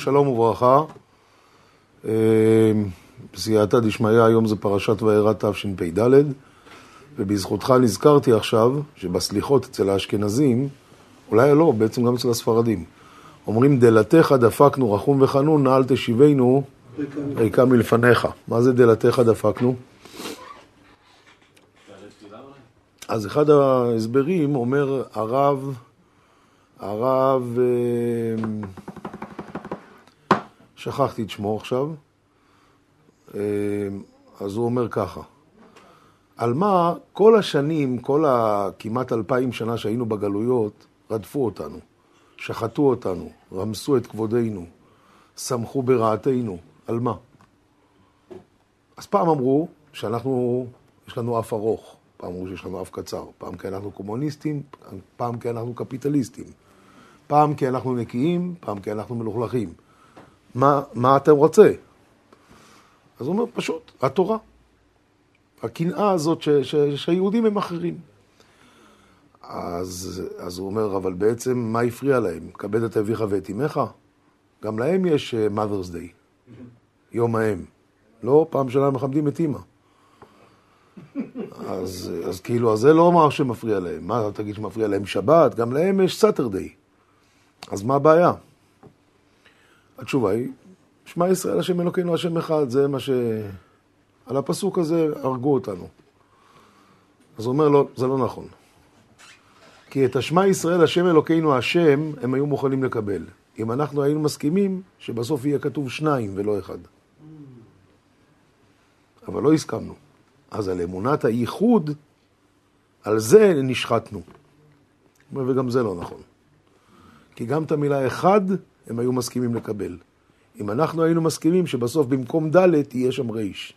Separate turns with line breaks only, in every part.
שלום וברכה. בסייעתא דשמיא, היום זה פרשת וארא תשפ"ד, ובזכותך נזכרתי עכשיו שבסליחות אצל האשכנזים, אולי לא, בעצם גם אצל הספרדים, אומרים דלתך דפקנו רחום וחנון, נעל תשיבנו ריקה מלפניך. מה זה דלתך דפקנו? אז אחד ההסברים אומר הרב שכחתי את שמו עכשיו, אז הוא אומר ככה, על מה כל השנים, כל כמעט 2000 שנה שהיינו בגלויות, רדפו אותנו, שחטו אותנו, רמסו את כבודנו, שמחו ברעתנו, על מה? אז פעם אמרו שאנחנו, יש לנו אף ארוך, פעם אמרו שיש לנו אף קצר, פעם כי אנחנו קומוניסטים, פעם כי אנחנו קפיטליסטים, פעם כי אנחנו נקיים, פעם כי אנחנו מלוכלכים. מה אתה רוצה? אז הוא אומר פשוט, התורה. הקנאה הזאת שהיהודים הם אחרים. אז הוא אומר, אבל בעצם מה הפריע להם? כבד את אביך ואת אמך? גם להם יש Mother's Day, יום האם. לא, פעם שנה מכבדים את אמא. אז כאילו, אז זה לא מה שמפריע להם. מה אתה תגיד שמפריע להם? שבת, גם להם יש Saturday. אז מה הבעיה? התשובה היא, שמע ישראל השם אלוקינו השם אחד, זה מה על הפסוק הזה הרגו אותנו. אז הוא אומר לו, זה לא נכון. כי את השמע ישראל השם אלוקינו השם, הם היו מוכנים לקבל. אם אנחנו היינו מסכימים, שבסוף יהיה כתוב 2 ולא 1. אבל לא הסכמנו. אז על אמונת הייחוד, על זה נשחטנו. וגם זה לא נכון. כי גם את המילה 1, הם היו מסכימים לקבל. אם אנחנו היינו מסכימים שבסוף במקום ד' יהיה שם ריש.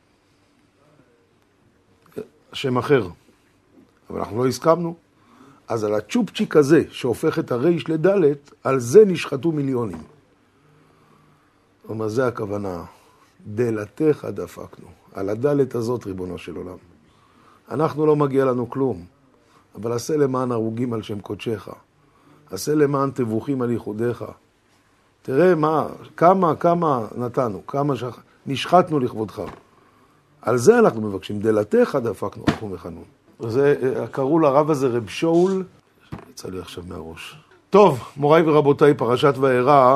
השם אחר. אבל אנחנו לא הסכמנו. אז על הצ'ופצ'יק הזה, שהופך את הריש לד', על זה נשחטו מיליונים. זאת אומרת, זה הכוונה. דלתך דפקנו. על הד' הזאת, ריבונו של עולם. אנחנו לא מגיע לנו כלום. אבל עשה למען הרוגים על שם קודשך. עשה למען תבוכים על ייחודיך. תראה כמה נתנו, נשחטנו לכבודך. על זה אנחנו מבקשים, דלתך דפקנו רחום וחנון. קראו לרב הזה רב שאול, יצא לי עכשיו מהראש. טוב, מוריי ורבותיי, פרשת וארא,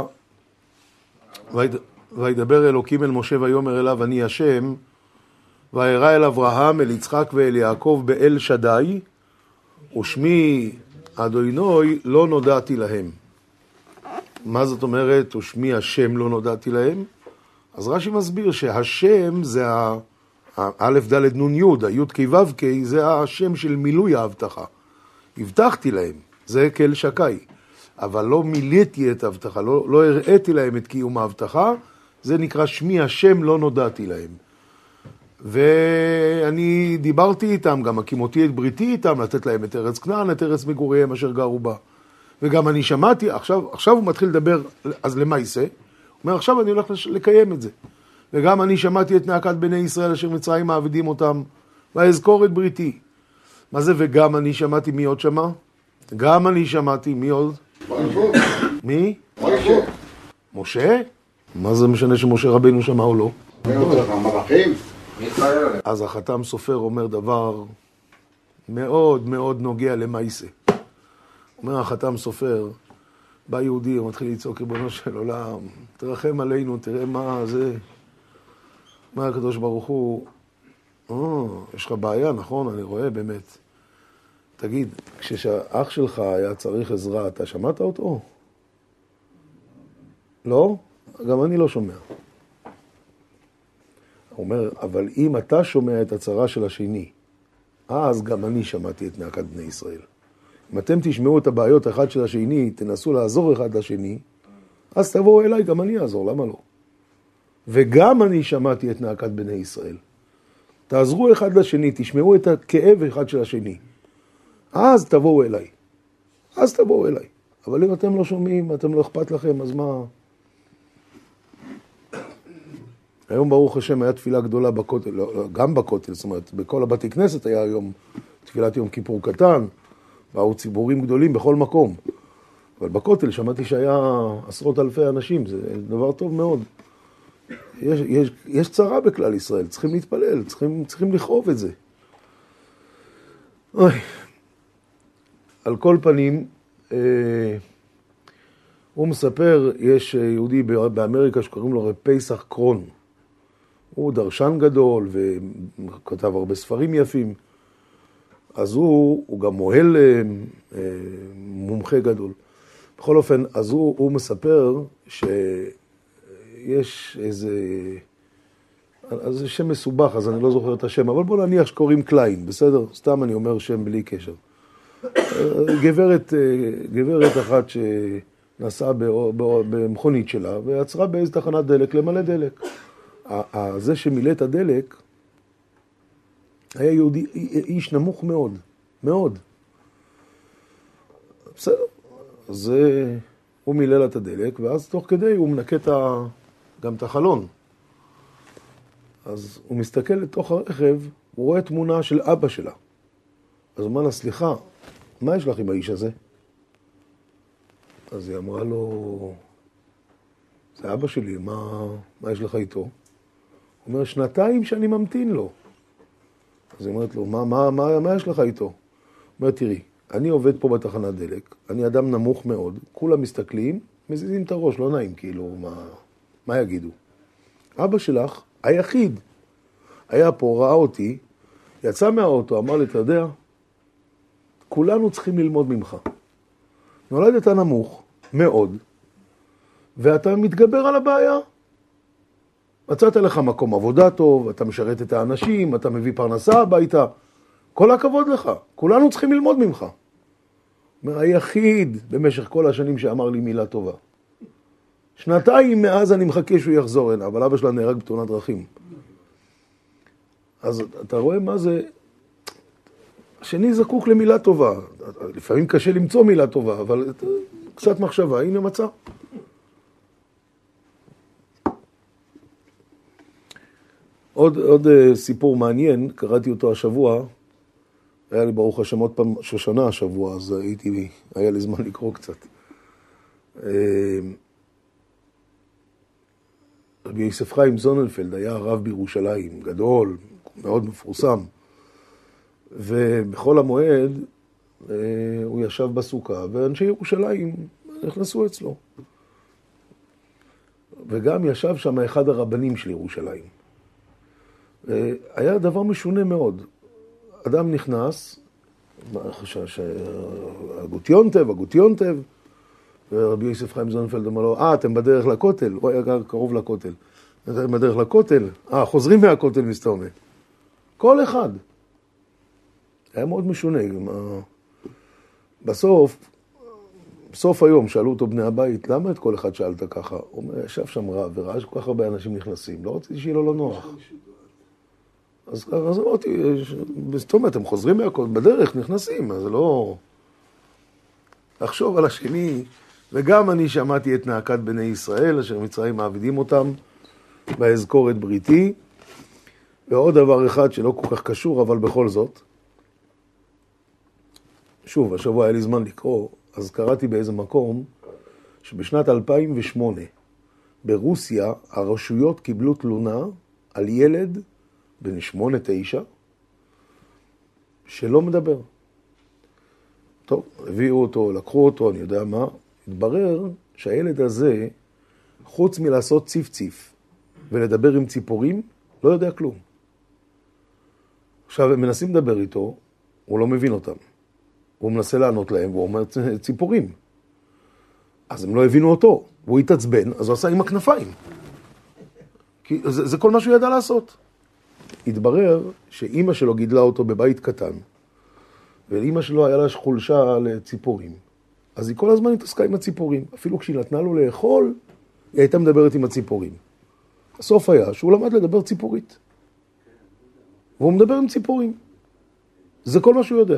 וידבר אלוקים אל משה ויאמר אליו אני השם, וארא אל אברהם, אל יצחק ואל יעקב באל שדי, ושמי אדוני לא נודעתי להם. מה זאת אומרת, ושמי השם לא נודעתי להם? אז רש"י מסביר שהשם זה א' ד' נ' י', הי' כ' ו' כ', זה השם של מילוי ההבטחה. הבטחתי להם, זה כאל שקי. אבל לא מילאתי את ההבטחה, לא הראיתי להם את קיום ההבטחה, זה נקרא שמי השם לא נודעתי להם. ואני דיברתי איתם, גם הקימותי את בריתי איתם, לתת להם את ארץ כנען, את ארץ מגוריהם אשר גרו בה. וגם אני שמעתי, עכשיו הוא מתחיל לדבר, אז למה יישא? הוא אומר, עכשיו אני הולך לקיים את זה. וגם אני שמעתי את נאקת בני ישראל אשר מצרים מעבדים אותם, ואזכור את בריתי. מה זה וגם אני שמעתי? מי עוד שמע? גם אני שמעתי, מי עוד? מי?
משה.
משה? מה זה משנה שמשה רבינו שמע או לא?
המלאכים?
אז החתם סופר אומר דבר מאוד מאוד נוגע למעשה. אומר החתם סופר, בא יהודי, הוא מתחיל לצעוק ריבונו של עולם, תרחם עלינו, תראה מה זה. אומר הקדוש ברוך הוא, יש לך בעיה, נכון? אני רואה באמת. תגיד, כשהאח שלך היה צריך עזרה, אתה שמעת אותו? לא? גם אני לא שומע. הוא אומר, אבל אם אתה שומע את הצרה של השני, אז גם אני שמעתי את נאקת בני ישראל. אם אתם תשמעו את הבעיות אחד של השני, תנסו לעזור אחד לשני, אז תבואו אליי, גם אני אעזור, למה לא? וגם אני שמעתי את נאקת בני ישראל. תעזרו אחד לשני, תשמעו את הכאב אחד של השני. אז תבואו אליי. אז תבואו אליי. אבל אם אתם לא שומעים, אתם לא אכפת לכם, אז מה? היום ברוך השם היה תפילה גדולה בכותל, גם בכותל, זאת אומרת, בכל הבתי כנסת היה היום תפילת יום כיפור קטן, והיו ציבורים גדולים בכל מקום. אבל בכותל שמעתי שהיה עשרות אלפי אנשים, זה דבר טוב מאוד. יש צרה בכלל ישראל, צריכים להתפלל, צריכים לכאוב את זה. אוי. על כל פנים, הוא מספר, יש יהודי באמריקה שקוראים לו רב פסח קרון. הוא דרשן גדול וכתב הרבה ספרים יפים. אז הוא גם מוהל מומחה גדול. בכל אופן, אז הוא מספר שיש איזה שם מסובך, אז אני לא זוכר את השם, אבל בוא נניח שקוראים קליין, בסדר? סתם אני אומר שם בלי קשר. גברת אחת שנסעה במכונית שלה ועצרה באיזו תחנת דלק למלא דלק. זה שמילא את הדלק היה יהודי, איש נמוך מאוד, מאוד. בסדר, אז הוא מילא לה את הדלק, ואז תוך כדי הוא מנקה גם את החלון. אז הוא מסתכל לתוך הרכב, הוא רואה תמונה של אבא שלה. אז הוא אומר לה, סליחה, מה יש לך עם האיש הזה? אז היא אמרה לו, זה אבא שלי, מה יש לך איתו? הוא אומר, 2 שאני ממתין לו. אז היא אומרת לו, מה יש לך איתו? הוא אומר, תראי, אני עובד פה בתחנת דלק, אני אדם נמוך מאוד, כולם מסתכלים, מזיזים את הראש, לא נעים, כאילו, מה יגידו? אבא שלך, היחיד, היה פה, ראה אותי, יצא מהאוטו, אמר לי, אתה יודע, כולנו צריכים ללמוד ממך. נולדת נמוך מאוד, ואתה מתגבר על הבעיה. מצאת לך מקום עבודה טוב, אתה משרת את האנשים, אתה מביא פרנסה הביתה. כל הכבוד לך, כולנו צריכים ללמוד ממך. אומר, היחיד במשך כל השנים שאמר לי מילה טובה. 2 מאז אני מחכה שהוא יחזור הנה, אבל אבא שלה נהרג בתאונת דרכים. אז אתה רואה מה זה... השני זקוק למילה טובה. לפעמים קשה למצוא מילה טובה, אבל קצת מחשבה, הנה מצא. עוד סיפור מעניין, קראתי אותו השבוע, היה לי ברוך השם עוד פעם שושנה השבוע, אז היה לי זמן לקרוא קצת. רבי יוסף חיים זוננפלד היה רב בירושלים, גדול, מאוד מפורסם, ובכל המועד הוא ישב בסוכה, ואנשי ירושלים נכנסו אצלו. וגם ישב שם אחד הרבנים של ירושלים. היה דבר משונה מאוד. אדם נכנס, הגוטיונטב, ורבי יוסף חיים זוננפלד אמר לו, אתם בדרך לכותל? הוא היה קרוב לכותל. אתם בדרך לכותל? חוזרים מהכותל מסתומה. כל אחד. היה מאוד משונה. בסוף היום שאלו אותו בני הבית, למה את כל אחד שאלת ככה? הוא אומר, ישב שם רב וראה שכל כך הרבה אנשים נכנסים. לא רציתי שיהיה לו לא נוח. אז אמרתי, בסתום, אתם חוזרים מהכותל, בדרך נכנסים, אז לא... לחשוב על השני, וגם אני שמעתי את נאקת בני ישראל, אשר מצרים מעבידים אותם, באזכור את בריתי, ועוד דבר אחד שלא כל כך קשור, אבל בכל זאת, שוב, השבוע היה לי זמן לקרוא, אז קראתי באיזה מקום, שבשנת 2008, ברוסיה, הרשויות קיבלו תלונה על ילד בן 8-9, שלא מדבר. טוב, הביאו אותו, לקחו אותו, אני יודע מה, התברר שהילד הזה, חוץ מלעשות ציף ולדבר עם ציפורים, לא יודע כלום. עכשיו, הם מנסים לדבר איתו, הוא לא מבין אותם. הוא מנסה לענות להם, והוא אומר ציפורים. אז הם לא הבינו אותו, והוא התעצבן, אז הוא עשה עם הכנפיים. כי זה כל מה שהוא ידע לעשות. התברר שאימא שלו גידלה אותו בבית קטן, ואימא שלו היה לה חולשה לציפורים. אז היא כל הזמן התעסקה עם הציפורים. אפילו כשהיא נתנה לו לאכול, היא הייתה מדברת עם הציפורים. הסוף היה שהוא למד לדבר ציפורית. והוא מדבר עם ציפורים. זה כל מה שהוא יודע.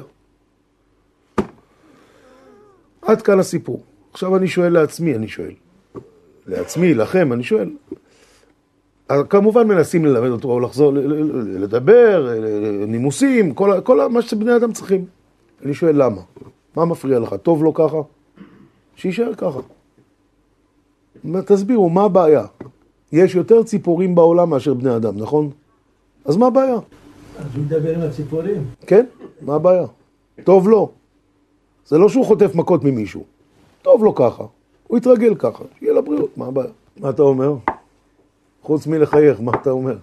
עד כאן הסיפור. עכשיו אני שואל לעצמי, לכם, אני שואל. כמובן מנסים ללמד אותו, לחזור, לדבר, נימוסים, כל מה שבני אדם צריכים. אני שואל למה? מה מפריע לך? טוב לו ככה? שישאר ככה. תסבירו, מה הבעיה? יש יותר ציפורים בעולם מאשר בני אדם, נכון? אז מה הבעיה?
אז הוא מדבר עם הציפורים.
כן? מה הבעיה? טוב לו. זה לא שהוא חוטף מכות ממישהו. טוב לו ככה. הוא יתרגל ככה. שיהיה לבריאות, מה הבעיה? מה אתה אומר? חוץ מלחייך, מה אתה אומר?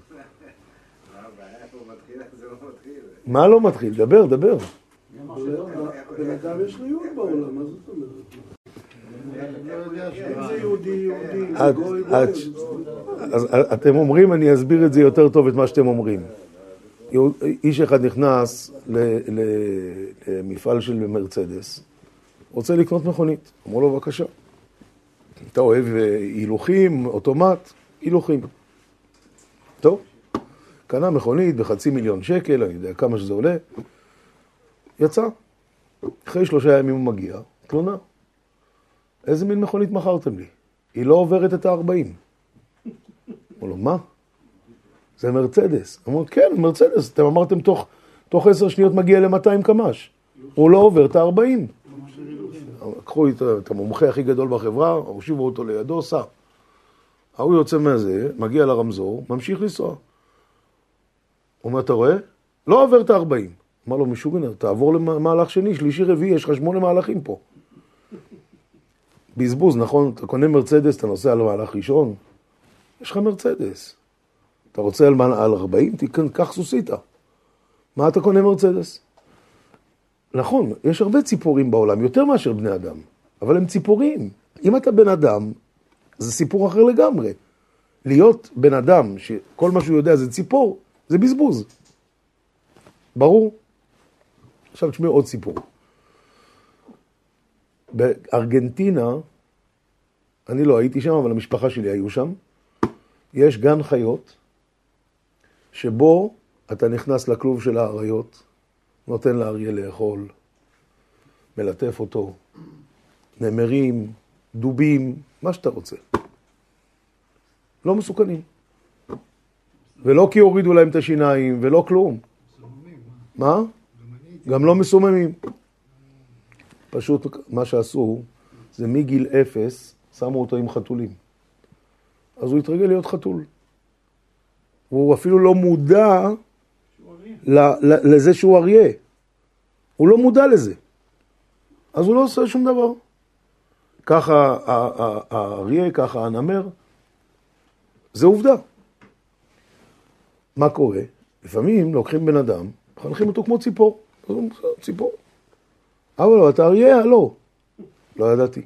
מה לא מתחיל? דבר, דבר.
בן אדם יש לו יהוד בעולם, מה זאת אומרת? אם זה יהודי, גוי.
אז אתם אומרים, אני אסביר את זה יותר טוב את מה שאתם אומרים. איש אחד נכנס למפעל של מרצדס, רוצה לקנות מכונית. אמרו לו, בבקשה. אתה אוהב הילוכים, אוטומט, הילוכים. טוב, קנה מכונית ב500,000 שקל, אני יודע כמה שזה עולה. יצא. אחרי 3 ימים הוא מגיע, תלונה. איזה מין מכונית מכרתם לי? היא לא עוברת את ה-40. אמרו לו, מה? זה מרצדס. אמרו, כן, מרצדס. אתם אמרתם תוך 10 שניות מגיע ל-200 קמ"ש. הוא לא עובר את ה-40. קחו את המומחה הכי גדול בחברה, הושיבו אותו לידו, סע. הוא יוצא מהזה, מגיע לרמזור, ממשיך לנסוע. הוא אומר, אתה רואה? לא עובר את ה-40. אמר לו, משוגנר, תעבור למהלך שני, שלישי, רביעי, יש לך 8 מהלכים פה. בזבוז, נכון? אתה קונה מרצדס, אתה נוסע על מהלך ראשון, יש לך מרצדס. אתה רוצה על 40, תיקח סוסיתה. מה אתה קונה מרצדס? נכון, יש הרבה ציפורים בעולם, יותר מאשר בני אדם, אבל הם ציפורים. אם אתה בן אדם, זה סיפור אחר לגמרי. להיות בן אדם, שכל מה שהוא יודע זה ציפור, זה בזבוז. ברור? עכשיו תשמעו עוד סיפור. בארגנטינה, אני לא הייתי שם, אבל המשפחה שלי היו שם, יש גן חיות, שבו אתה נכנס לכלוב של האריות, נותן לאריה לאכול, מלטף אותו, נמרים, דובים, מה שאתה רוצה. לא מסוכנים. ולא כי הורידו להם את השיניים, ולא כלום. מה? גם לא מסוממים. פשוט מה שעשו, זה מגיל 0, שמו אותו עם חתולים. אז הוא התרגל להיות חתול. הוא אפילו לא מודע לזה שהוא אריה. הוא לא מודע לזה. אז הוא לא עושה שום דבר. ככה האריה, ככה הנמר. זה עובדה. מה קורה? לפעמים לוקחים בן אדם, מחנכים אותו כמו ציפור. ציפור. אבל לא, אתה אריה, לא. לא ידעתי.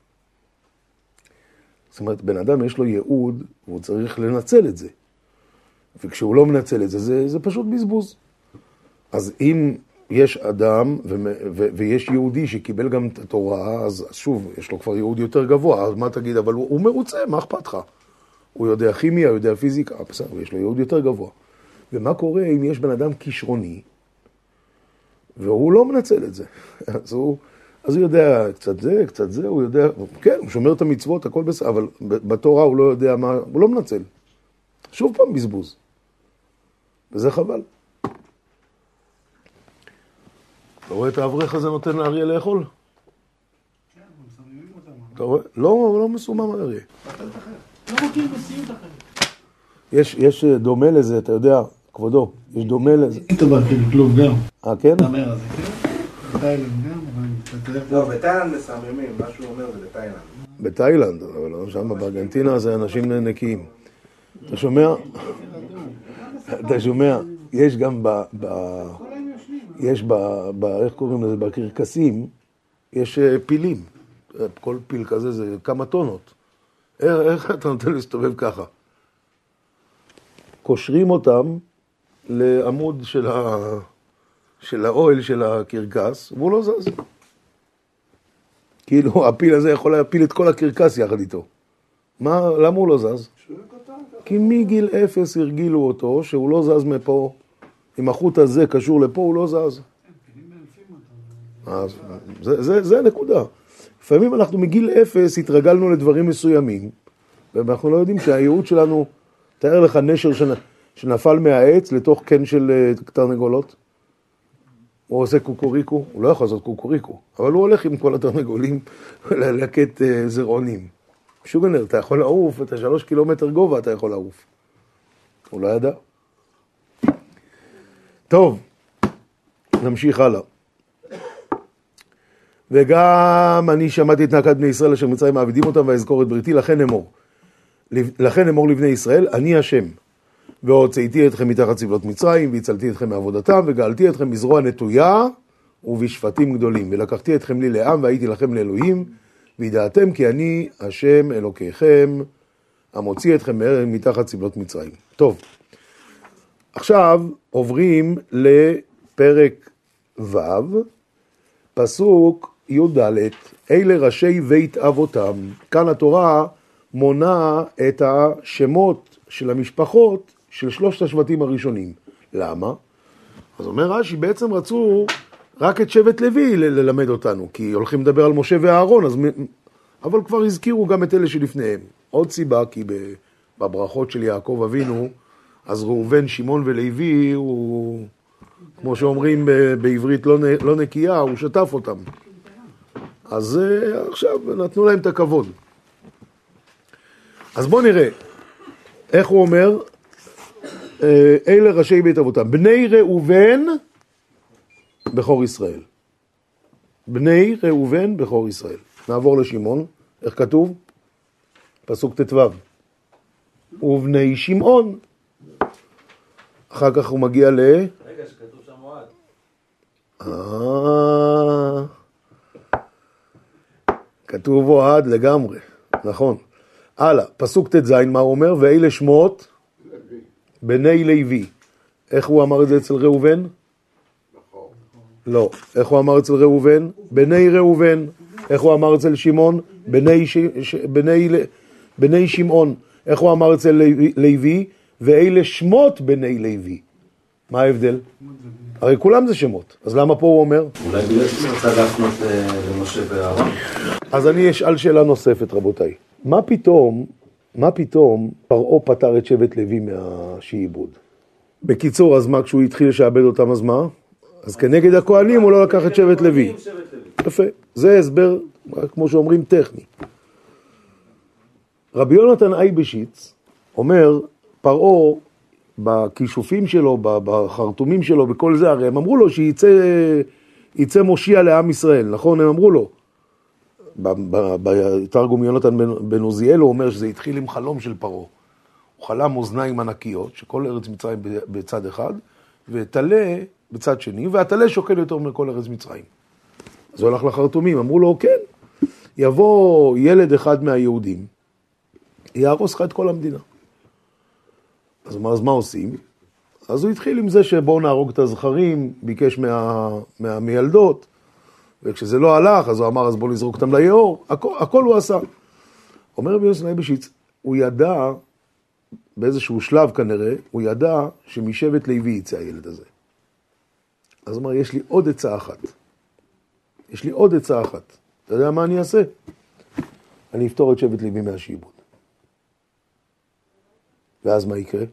זאת אומרת, בן אדם יש לו ייעוד, והוא צריך לנצל את זה. וכשהוא לא מנצל את זה, זה פשוט בזבוז. אז אם יש אדם ויש יהודי שקיבל גם את התורה, אז שוב, יש לו כבר ייעוד יותר גבוה, אז מה תגיד? אבל הוא מרוצה, מה אכפת לך? הוא יודע כימיה, הוא יודע פיזיקה, בסדר, יש לו ייעוד יותר גבוה. ומה קורה אם יש בן אדם כישרוני, והוא לא מנצל את זה? אז הוא יודע קצת זה, הוא יודע, כן, הוא שומר את המצוות, הכל בסדר, אבל בתורה הוא לא יודע מה, הוא לא מנצל. שוב פעם בזבוז. וזה חבל. אתה רואה את האברך הזה נותן לאריה לאכול?
כן, הם מסממים אותם.
אתה רואה? לא מסומם האריה.
לא מכיר בסיוט אחרת.
יש דומה לזה, אתה יודע, כבודו, יש דומה לזה.
איתו כאילו כלוב גם.
כן?
נמר הזה, כן? בתאילנד גם, אבל...
לא, בתאילנד מסממים, מה שהוא אומר זה בתאילנד.
בתאילנד, אבל לא שם, בארגנטינה זה אנשים נקיים. אתה שומע? אתה שומע? יש גם יש איך קוראים לזה? בקרקסים, יש פילים. כל פיל כזה זה כמה טונות. איך אתה נותן להסתובב ככה? קושרים אותם לעמוד של האוהל של הקרקס, והוא לא זז. כאילו, הפיל הזה יכול להפיל את כל הקרקס יחד איתו. למה הוא לא זז? כי מגיל 0 הרגילו אותו, שהוא לא זז מפה. אם החוט הזה קשור לפה, הוא לא זז. זה הנקודה. לפעמים אנחנו מגיל 0 התרגלנו לדברים מסוימים, ואנחנו לא יודעים שהייעוד שלנו, תאר לך נשר שנפל מהעץ לתוך קן של תרנגולות. הוא עושה קוקוריקו, הוא לא יכול לעשות קוקוריקו, אבל הוא הולך עם כל התרנגולים ללקט זרעונים. שוגנר, אתה יכול לעוף, אתה 3 קילומטר גובה, אתה יכול לעוף. הוא לא ידע. טוב, נמשיך הלאה. וגם אני שמעתי את נאקת בני ישראל אשר מצרים מעבידים אותם ואזכור את בריתי, לכן אמור לבני ישראל, אני השם. והוצאתי אתכם מתחת סבלות מצרים, והצלתי אתכם מעבודתם, וגאלתי אתכם בזרוע נטויה ובשפטים גדולים. ולקחתי אתכם לי לעם, והייתי לכם לאלוהים, וידעתם כי אני השם אלוקיכם, המוציא אתכם מתחת סבלות מצרים. טוב, עכשיו עוברים לפרק ו', פסוק י"ד, אלה ראשי בית אבותם. כאן התורה מונה את השמות של המשפחות של 3 השבטים הראשונים. למה? אז אומר רש"י, בעצם רצו רק את שבט לוי ללמד אותנו, כי הולכים לדבר על משה ואהרון, אבל כבר הזכירו גם את אלה שלפניהם. עוד סיבה, כי בברכות של יעקב אבינו, אז ראובן, שמעון ולוי, הוא, כמו שאומרים בעברית לא נקייה, הוא שטף אותם. אז עכשיו נתנו להם את הכבוד. אז בואו נראה, איך הוא אומר, אלה ראשי בית אבותם, בני ראובן בכור ישראל. בני ראובן בכור ישראל. נעבור לשמעון, איך כתוב? פסוק ט"ו. ובני שמעון. אחר כך הוא מגיע
רגע, שכתוב שם אוהד.
כתוב אוהד לגמרי, נכון. הלאה, פסוק ט"ז, מה הוא אומר? ואלה שמות בני לוי. איך הוא אמר את זה אצל ראובן? לא. איך הוא אמר אצל ראובן? בני ראובן. איך הוא אמר אצל שמעון? בני שמעון. איך הוא אמר אצל לוי? ואלה שמות בני לוי. מה ההבדל? הרי כולם זה שמות. אז למה פה הוא אומר?
אולי בגלל שרצה להפנות למשה ואהרון?
אז אני אשאל שאלה נוספת, רבותיי. מה פתאום פרעה פטר את שבט לוי מהשעבוד? בקיצור, אז מה, כשהוא התחיל לשעבד אותם, אז מה? אז כנגד הכהנים הוא לא לקח את שבט לוי. יפה. זה הסבר, כמו שאומרים, טכני. רבי יונתן אייבשיץ אומר, פרעה בכישופים שלו, בחרטומים שלו, בכל זה, הרי הם אמרו לו שיצא מושיע לעם ישראל, נכון? הם אמרו לו. בתרגום יונתן בן עוזיאל הוא אומר שזה התחיל עם חלום של פרעה. הוא חלם אוזניים ענקיות, שכל ארץ מצרים בצד אחד, ותלה בצד שני, והתלה שוקל יותר מכל ארץ מצרים. אז הוא הלך לחרטומים, אמרו לו, כן, יבוא ילד אחד מהיהודים, יהרוס לך את כל המדינה. אז מה עושים? אז הוא התחיל עם זה שבואו נהרוג את הזכרים, ביקש מהמילדות, וכשזה לא הלך, אז הוא אמר, אז בואו נזרוק אותם ליאור, הכל הוא עשה. אומר רבי יוסי אייבשיץ, הוא ידע, באיזשהו שלב כנראה, הוא ידע שמשבט לוי יצא הילד הזה. אז הוא אומר, יש לי עוד עצה אחת. אתה יודע מה אני אעשה? אני אפתור את שבט לוי מהשעבוד. ואז מה יקרה?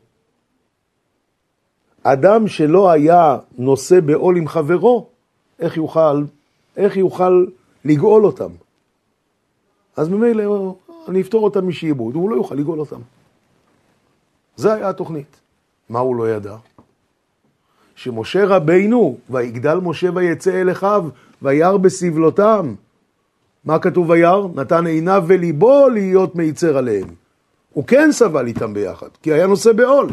אדם שלא היה נושא בעול עם חברו, איך יוכל לגאול אותם? אז ממילא אני אפתור אותם משעבוד, הוא לא יוכל לגאול אותם. זה היה התוכנית. מה הוא לא ידע? שמשה רבינו, ויגדל משה ויצא אל אחיו, וירא בסבלותם. מה כתוב וירא? נתן עיניו וליבו להיות מיצר עליהם. הוא כן סבל איתם ביחד, כי היה נושא בעול.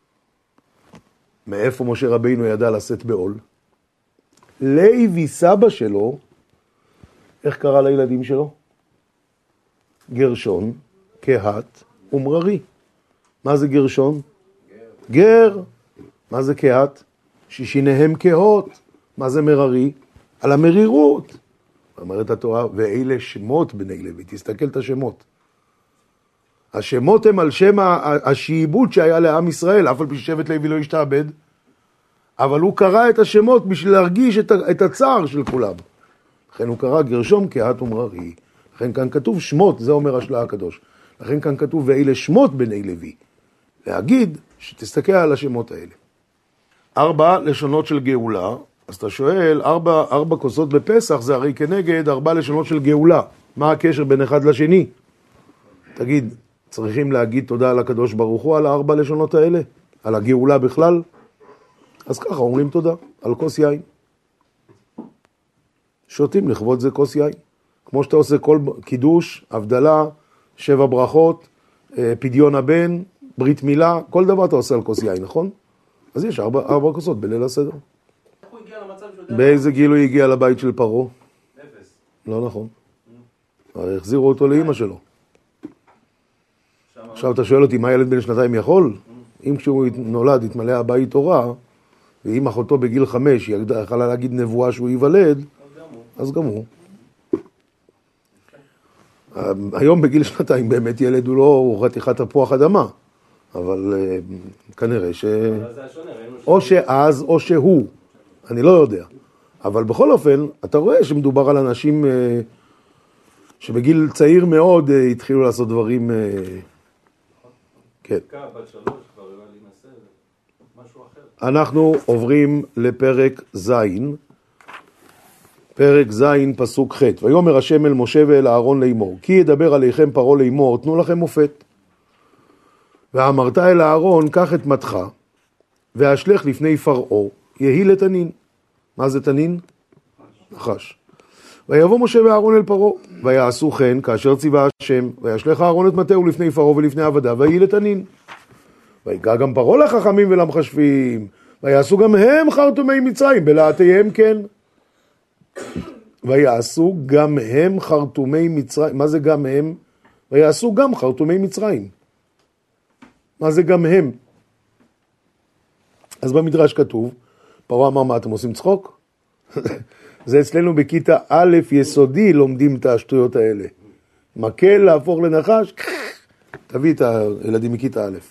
מאיפה משה רבינו ידע לשאת בעול? לוי סבא שלו, איך קרא לילדים שלו? גרשון, קהת ומררי. מה זה גרשון? גר. מה זה קהת? ששיניהם קהות. מה זה מררי? על המרירות. אומרת התורה, ואלה שמות בני לוי. תסתכל את השמות. השמות הם על שם השעבוד שהיה לעם ישראל, אף על פי ששבט לוי לא השתעבד, אבל הוא קרא את השמות בשביל להרגיש את הצער של כולם. לכן הוא קרא גרשום, קהת ומררי. לכן כאן כתוב שמות, זה אומר השלה הקדוש. לכן כאן כתוב ואלה שמות בני לוי. להגיד שתסתכל על השמות האלה. 4 לשונות של גאולה, אז אתה שואל, 4 כוסות בפסח זה הרי כנגד 4 לשונות של גאולה. מה הקשר בין אחד לשני? תגיד, צריכים להגיד תודה על הקדוש ברוך הוא על 4 לשונות האלה? על הגאולה בכלל? אז ככה אומרים תודה, על כוס יין. שותים לכבוד זה כוס יין. כמו שאתה עושה כל קידוש, הבדלה, 7 ברכות, פדיון הבן, ברית מילה, כל דבר אתה עושה על כוס יין, נכון? אז יש 4 כוסות בליל הסדר.
איך הוא הגיע למצב שהוא...
באיזה גיל הוא הגיע לבית של פרעה?
0.
לא נכון. הרי החזירו אותו לאמא שלו. עכשיו אתה שואל אותי, מה ילד בן 2 יכול? אם כשהוא נולד התמלא הבית תורה, ואם אחותו בגיל 5 היא יכלה להגיד נבואה שהוא ייוולד, אז גם הוא. היום בגיל 2 באמת ילד הוא לא חתיכת תפוח אדמה, אבל כנראה או שאז או שהוא, אני לא יודע. אבל בכל אופן, אתה רואה שמדובר על אנשים שבגיל צעיר מאוד התחילו לעשות דברים... כן.
בת 3 כבר להינסה, משהו אחר.
אנחנו עוברים לפרק ז', פרק ז' פסוק ח'. ויאמר השם אל משה ואל אהרון לאמור, כי ידבר עליכם פרעה לאמור, תנו לכם מופת. ואמרת אל אהרון, קח את מתך, והשלך לפני פרעה, יהי לתנין. מה זה תנין? נחש. ויבוא משה ואהרון אל פרעה, ויעשו כן כאשר ציווה השם, וישלך אהרון את מטהו לפני פרעה ולפני עבדיו, ויהי לתנין. ויגע גם פרעה לחכמים ולמחשבים, ויעשו גם הם חרטומי מצרים, בלהטיהם כן. ויעשו גם הם חרטומי מצרים. מה זה גם הם? ויעשו גם חרטומי מצרים. מה זה גם הם? אז במדרש כתוב, פרעה אמר, מה אתם עושים צחוק? זה אצלנו בכיתה א' יסודי לומדים את השטויות האלה. מקל להפוך לנחש, תביא את הילדים מכיתה א'.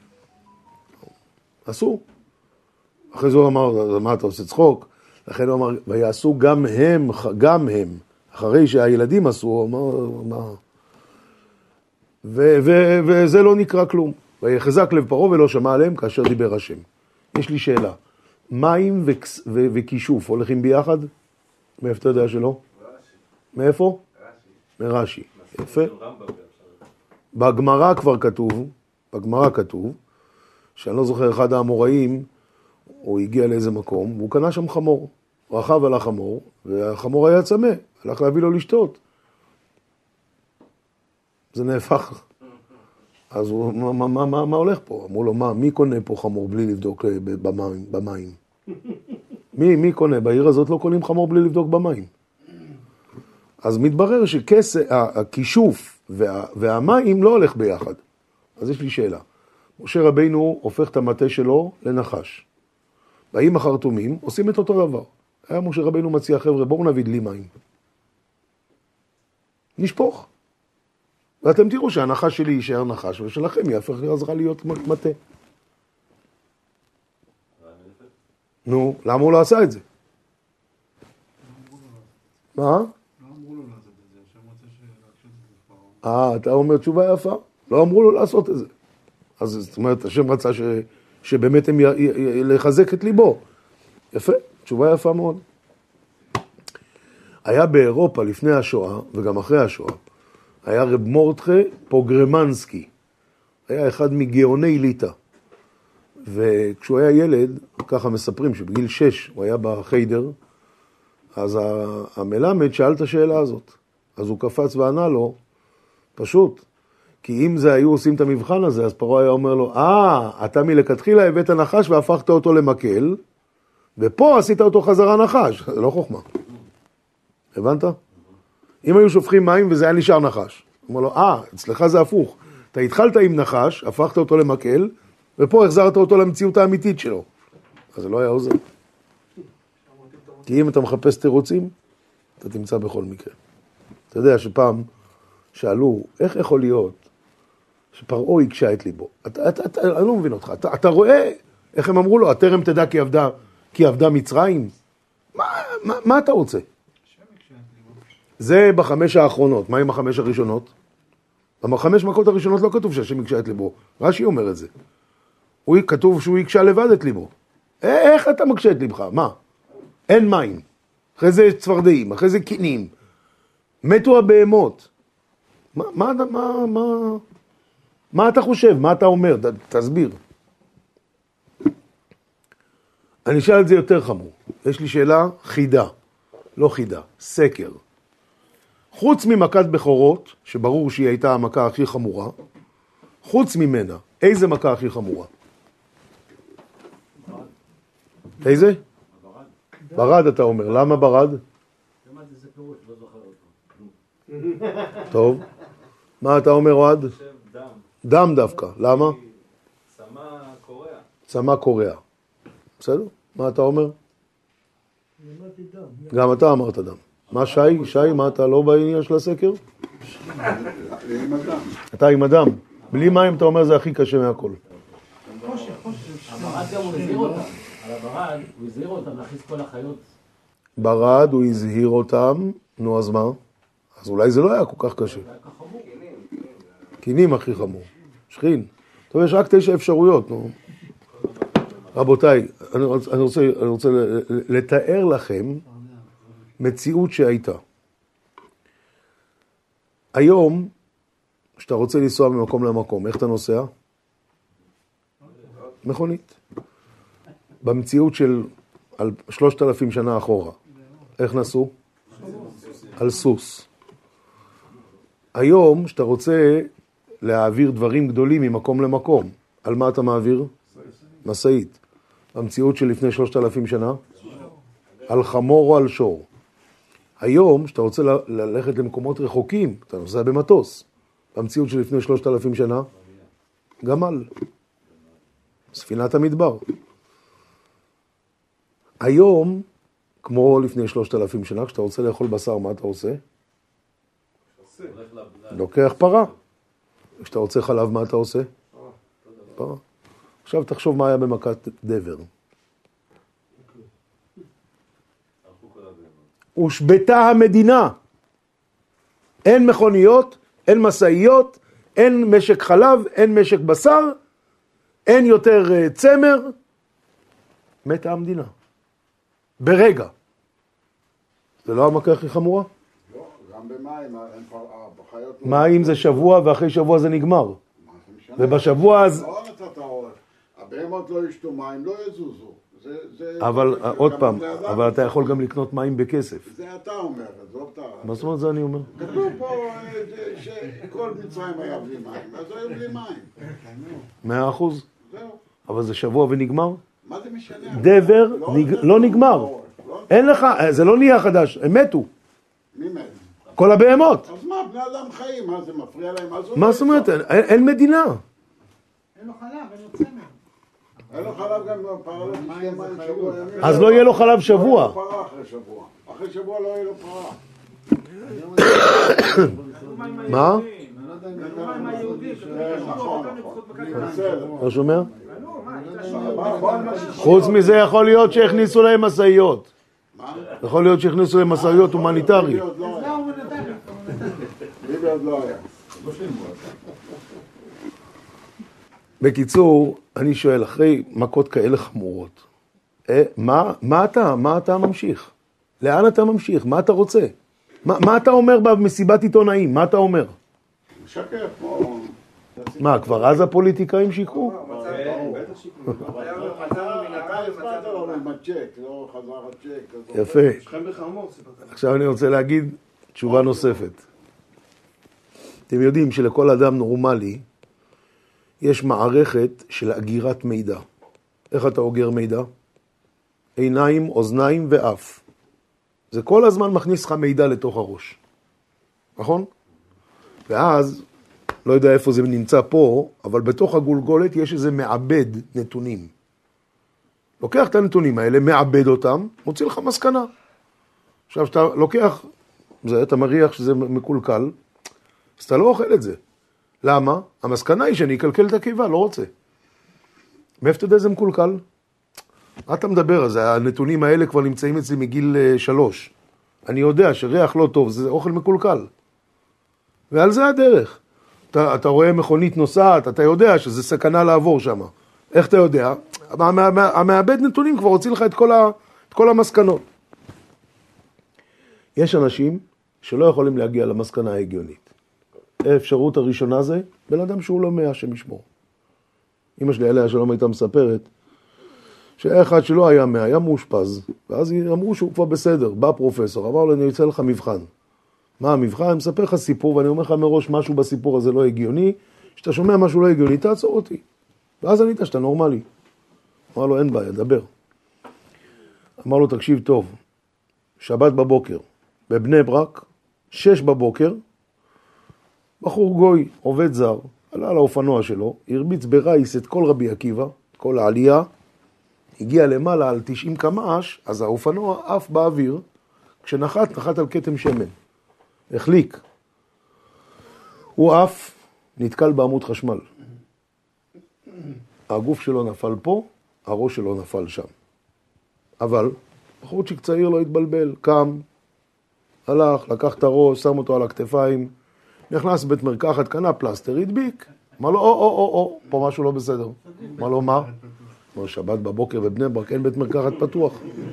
עשו. אחרי זה הוא אמר, מה אתה עושה צחוק? לכן הוא אמר, ויעשו גם הם. אחרי שהילדים עשו, הוא אמר, מה? וזה לא נקרא כלום. ויחזק לב פרעה ולא שמע עליהם כאשר דיבר השם. יש לי שאלה. מים וכישוף הולכים ביחד? מאיפה אתה יודע שלא? מאיפה? מרש"י. יפה. בגמרא כבר כתוב, שאני לא זוכר, אחד האמוראים, הוא הגיע לאיזה מקום, והוא קנה שם חמור. הוא רכב על החמור, והחמור היה צמא, הלך להביא לו לשתות. זה נהפך. אז הוא, מה הולך פה? אמרו לו, מי קונה פה חמור בלי לבדוק במים? מי קונה? בעיר הזאת לא קונים חמור בלי לבדוק במים. אז מתברר שהכישוף והמים לא הולך ביחד. אז יש לי שאלה. משה רבינו הופך את המטה שלו לנחש. באים החרטומים, עושים את אותו דבר. היה משה רבינו מציע, חבר'ה, בואו נביא לי מים. נשפוך. ואתם תראו שהנחש שלי יישאר נחש, ושלכם יהפך חזרה להיות מטה. נו, למה הוא לא עשה את זה? מה?
לא אמרו לו לעשות את זה, השם רוצה להקשות את זה לפרעה.
אתה אומר תשובה יפה. לא אמרו לו לעשות את זה. אז זאת אומרת, השם רצה שבאמת הם לחזק את ליבו. יפה, תשובה יפה מאוד. היה באירופה לפני השואה, וגם אחרי השואה, היה רב מורדכי פוגרמנסקי. היה אחד מגאוני ליטא. וכשהוא היה ילד, ככה מספרים שבגיל 6 הוא היה בחיידר, אז המלמד שאל את השאלה הזאת. אז הוא קפץ וענה לו, פשוט, כי אם זה היו עושים את המבחן הזה, אז פרעה היה אומר לו, אתה מלכתחילה הבאת נחש והפכת אותו למקל, ופה עשית אותו חזרה נחש. זה לא חוכמה. הבנת? אם היו שופכים מים וזה היה נשאר נחש. הוא אומר לו, אצלך זה הפוך. אתה התחלת עם נחש, הפכת אותו למקל, ופה החזרת אותו למציאות האמיתית שלו. אז זה לא היה עוזר. כי אם אתה מחפש תירוצים, אתה תמצא בכל מקרה. אתה יודע שפעם שאלו, איך יכול להיות שפרעה יקשה את ליבו? אני לא מבין אותך. אתה רואה איך הם אמרו לו, התרם תדע כי עבדה מצרים? מה אתה רוצה? זה ב5 האחרונות. מה עם ה5 הראשונות? ב5 מכות הראשונות לא כתוב שהשם יקשה את ליבו. רש"י אומר את זה. כתוב שהוא יקשה לבד את ליבו. איך אתה מקשה את ליבך? מה? אין מים, אחרי זה צפרדעים, אחרי זה קינים, מתו הבהמות. מה אתה חושב? מה אתה אומר? תסביר. אני אשאל את זה יותר חמור. יש לי שאלה חידה, לא חידה, סקר. חוץ ממכת בכורות, שברור שהיא הייתה המכה הכי חמורה, חוץ ממנה, איזה מכה הכי חמורה? איזה? ברד אתה אומר. למה ברד? טוב. מה אתה אומר, אוהד? דם דווקא. למה?
צמא קורע.
צמא קורע. בסדר? מה אתה אומר? גם אתה אמרת דם. מה שי? שי, מה אתה לא בעניין של הסקר?
עם אדם.
אתה עם הדם. בלי מים אתה אומר זה הכי קשה מהכל.
הברד גם הוא הזהיר אותם. על הברד הוא הזהיר אותם להכניס כל החיות.
ברד הוא הזהיר אותם. נו, אז מה? אז אולי זה לא היה כל כך קשה. קינים הכי חמור. שכין. טוב, יש רק 9 אפשרויות, נו. רבותיי, אני רוצה לתאר לכם מציאות שהייתה. היום, כשאתה רוצה לנסוע ממקום למקום, איך אתה נוסע? מכונית. במציאות של 3,000 שנה אחורה, איך נסעו? על סוס. היום, כשאתה רוצה להעביר דברים גדולים ממקום למקום, על מה אתה מעביר? מסעית. במציאות של לפני 3,000 שנה? על חמור או על שור. היום, כשאתה רוצה ללכת למקומות רחוקים, אתה נוסע במטוס. במציאות של לפני 3,000 שנה? גמל. ספינת המדבר. היום, כמו לפני 3,000 שנה, כשאתה רוצה לאכול בשר, מה אתה עושה? לוקח פרה. כשאתה רוצה חלב, מה אתה עושה? פרה. עכשיו תחשוב מה היה במכת דבר. הושבתה המדינה. אין מכוניות, אין מסעיות, אין משק חלב, אין משק בשר, אין יותר צמר. מתה המדינה. ברגע. זה לא המכה הכי חמורה?
לא, גם במים, בחיות...
מים זה שבוע ואחרי שבוע זה נגמר. ובשבוע אז...
לא נתת אורך. הבהמות לא ישתו מים, לא יזוזו.
אבל עוד פעם, אבל אתה יכול גם לקנות מים בכסף.
זה אתה אומר, זאת אתה.
מה זאת אומרת זה אני אומר?
כתוב פה שכל מצרים היה בלי מים, אז היו בלי מים.
100%.
זהו.
אבל זה שבוע ונגמר?
מה זה משנה?
דבר לא נגמר. אין לך, זה לא נהיה חדש, הם מתו.
מי מת?
כל הבהמות.
אז מה, בני אדם חיים, מה זה מפריע להם?
מה זאת אומרת? אין מדינה.
אין לו חלב, אין לו צמר.
אין לו חלב גם פרה לא תשתה מים שבוע ימים.
אז לא יהיה לו חלב שבוע.
פרה אחרי שבוע. אחרי שבוע לא יהיה לו פרה.
מה?
נכון. בסדר.
לא שומע? חוץ מזה יכול להיות שהכניסו להם מסעיות. יכול להיות שהכניסו להם מסעיות הומניטריות.
ביבי עוד לא היה.
בקיצור, אני שואל, אחרי מכות כאלה חמורות, מה אתה ממשיך? לאן אתה ממשיך? מה אתה רוצה? מה אתה אומר במסיבת עיתונאים? מה אתה אומר?
משקר פה.
מה, כבר אז הפוליטיקאים שיקרו? יפה. עכשיו אני רוצה להגיד תשובה נוספת. אתם יודעים שלכל אדם נורמלי יש מערכת של אגירת מידע. איך אתה אוגר מידע? עיניים, אוזניים ואף. זה כל הזמן מכניס לך מידע לתוך הראש. נכון? ואז, לא יודע איפה זה נמצא פה, אבל בתוך הגולגולת יש איזה מעבד נתונים. לוקח את הנתונים האלה, מעבד אותם, מוציא לך מסקנה. עכשיו, שאתה לוקח, אתה מריח שזה מקולקל, אז אתה לא אוכל את זה. למה? המסקנה היא שאני אקלקל את הקיבה, לא רוצה. מאיפה אתה יודע זה מקולקל? מה אתה מדבר על זה? הנתונים האלה כבר נמצאים אצלי מגיל 3. אני יודע שריח לא טוב, זה אוכל מקולקל. ועל זה הדרך. אתה רואה מכונית נוסעת, אתה יודע שזה סכנה לעבור שם. איך אתה יודע? המעבד נתונים כבר הוציא לך את כל המסקנות. יש אנשים שלא יכולים להגיע למסקנה ההגיונית. האפשרות הראשונה זה, בן אדם שהוא לא 100 שמשמור. אמא שלי עליה שלום הייתה מספרת, שהיה אחד שלא היה 100, היה מאושפז, ואז אמרו שהוא כבר בסדר, בא פרופסור, אמר לו, אני אצא לך מבחן. מה המבחן? אני מספר לך סיפור, ואני אומר לך מראש משהו בסיפור הזה לא הגיוני, שאתה שומע משהו לא הגיוני, תעצור אותי. ואז ענית שאתה נורמלי. אמר לו, אין בעיה, דבר. אמר לו, תקשיב טוב, שבת בבוקר, בבני ברק, 6 בבוקר, בחור גוי, עובד זר, עלה על האופנוע שלו, הרביץ ברייס את כל רבי עקיבא, את כל העלייה, הגיע למעלה על 90 קמ"ש, אז האופנוע עף באוויר, כשנחת על כתם שמן. החליק. הוא עף, נתקל בעמוד חשמל. הגוף שלו נפל פה, הראש שלו נפל שם. אבל בחורצ'יק צעיר לא התבלבל, קם, הלך, לקח את הראש, שם אותו על הכתפיים, נכנס בית מרקחת, קנה פלסטר, הדביק. אמר לו, פה משהו לא בסדר. אמר לו, מה? אמר, שבת בבוקר בבני ברק, אין בית מרקחת פתוח.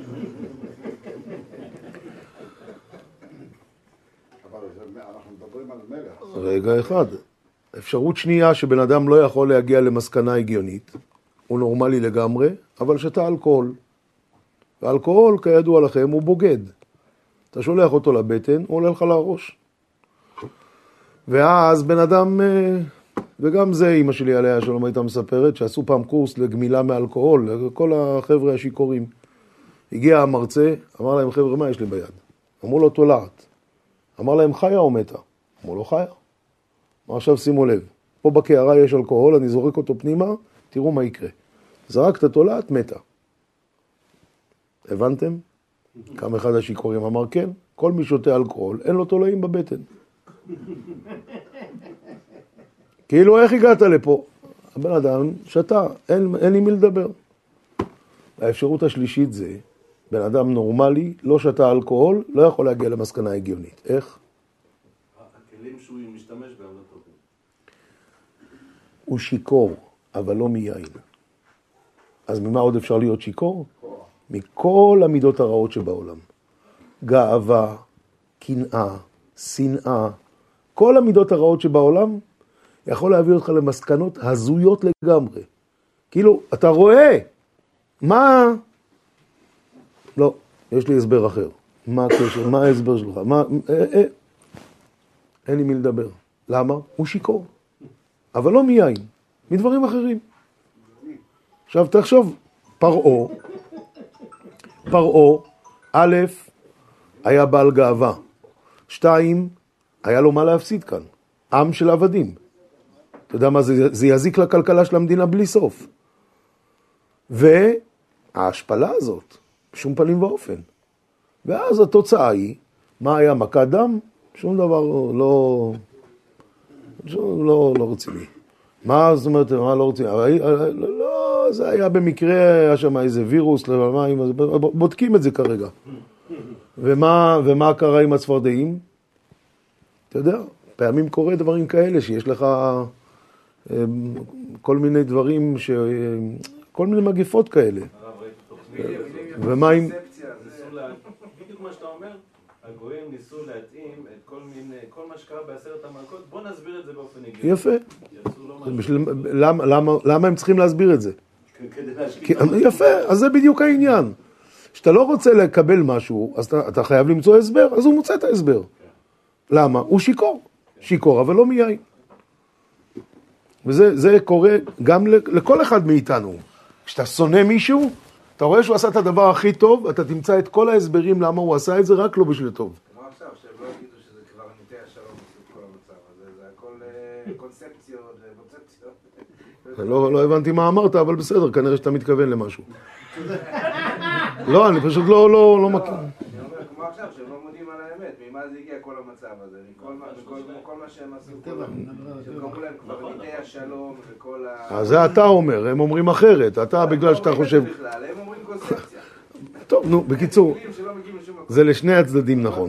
אבל אנחנו מדברים על מלך.
רגע אחד. אפשרות שנייה שבן אדם לא יכול להגיע למסקנה הגיונית, הוא נורמלי לגמרי, אבל שתה אלכוהול. ואלכוהול, כידוע לכם, הוא בוגד. אתה שולח אותו לבטן, הוא עולה לך לראש. ואז בן אדם, וגם זה אמא שלי עליה שלום הייתה מספרת, שעשו פעם קורס לגמילה מאלכוהול, לכל החבר'ה השיקורים. הגיע המרצה, אמר להם, חבר'ה, מה יש לי ביד? אמרו לו, תולעת. אמר להם, חיה או מתה? אמרו לו, חיה. אמר, עכשיו שימו לב, פה בקערה יש אלכוהול, אני זורק אותו פנימה, תראו מה יקרה. זרק את התולעת, מתה. הבנתם? קם אחד השיקורים, אמר, כן, כל מי שותה אלכוהול, אין לו תולעים בבטן. כאילו, איך הגעת לפה? הבן אדם שתה, אין לי מי לדבר. האפשרות השלישית זה, בן אדם נורמלי, לא שתה אלכוהול, לא יכול להגיע למסקנה הגיונית. איך?
הכלים שהוא משתמש בהם לא טובים.
הוא שיקור, אבל לא מיין. אז ממה עוד אפשר להיות שיקור? מכל המידות הרעות שבעולם. גאווה, קנאה, שנאה, כל המידות הרעות שבעולם יכול להביא אותך למסקנות הזויות לגמרי. כאילו, אתה רואה, מה? לא, יש לי הסבר אחר. מה הקשר? מה ההסבר שלך? אין לי מי לדבר. למה? הוא שיקור. אבל לא מיין, מדברים אחרים. עכשיו תחשוב, פרעה, א', היה בעל גאווה. 2, היה לו מה להפסיד כאן. עם של עבדים. אתה יודע מה, זה יזיק לכלכלה של המדינה בלי סוף. וההשפלה הזאת, בשום פנים ואופן. ואז התוצאה היא, מה היה מכת דם? שום דבר לא רציני. מה זאת אומרת, מה לא רציני? לא, זה היה במקרה, היה שם איזה וירוס, בודקים את זה כרגע. ומה קרה עם הצפרדעים? אתה יודע, פעמים קורה דברים כאלה, שיש לך כל מיני דברים, כל מיני מגיפות כאלה. ומה עם...
בדיוק מה שאתה אומר, הגויים ניסו להתאים את כל מה שקרה בעשרת המלכות, בוא נסביר את זה באופן הגיוני.
יפה. למה הם צריכים להסביר את זה? יפה, אז זה בדיוק העניין. כשאתה לא רוצה לקבל משהו, אז אתה חייב למצוא הסבר, אז הוא מוצא את ההסבר. למה? הוא שיקור, אבל לא מיין. וזה קורה גם לכל אחד מאיתנו. כשאתה שונא מישהו, אתה רואה שהוא עשה את הדבר הכי טוב, אתה תמצא את כל ההסברים למה הוא עשה את זה, רק לא בשביל טוב.
מה עכשיו? שהם לא יגידו שזה כבר ניתי השלום בסוף כל המצב הזה, זה הכל קונספציות ופוצפציות.
לא הבנתי מה אמרת, אבל בסדר, כנראה שאתה מתכוון למשהו. לא, אני פשוט לא מכיר.
אני אומר, כמו עכשיו, שהם לא מודים על האמת, ממה זה הגיע כל המצב הזה, מכל מה שהם עשו, שקראו להם כבר ניתי השלום וכל ה...
אז זה אתה אומר, הם אומרים אחרת, אתה בגלל שאתה חושב...
הם אומרים קונספציה.
טוב, נו, בקיצור, זה לשני הצדדים נכון.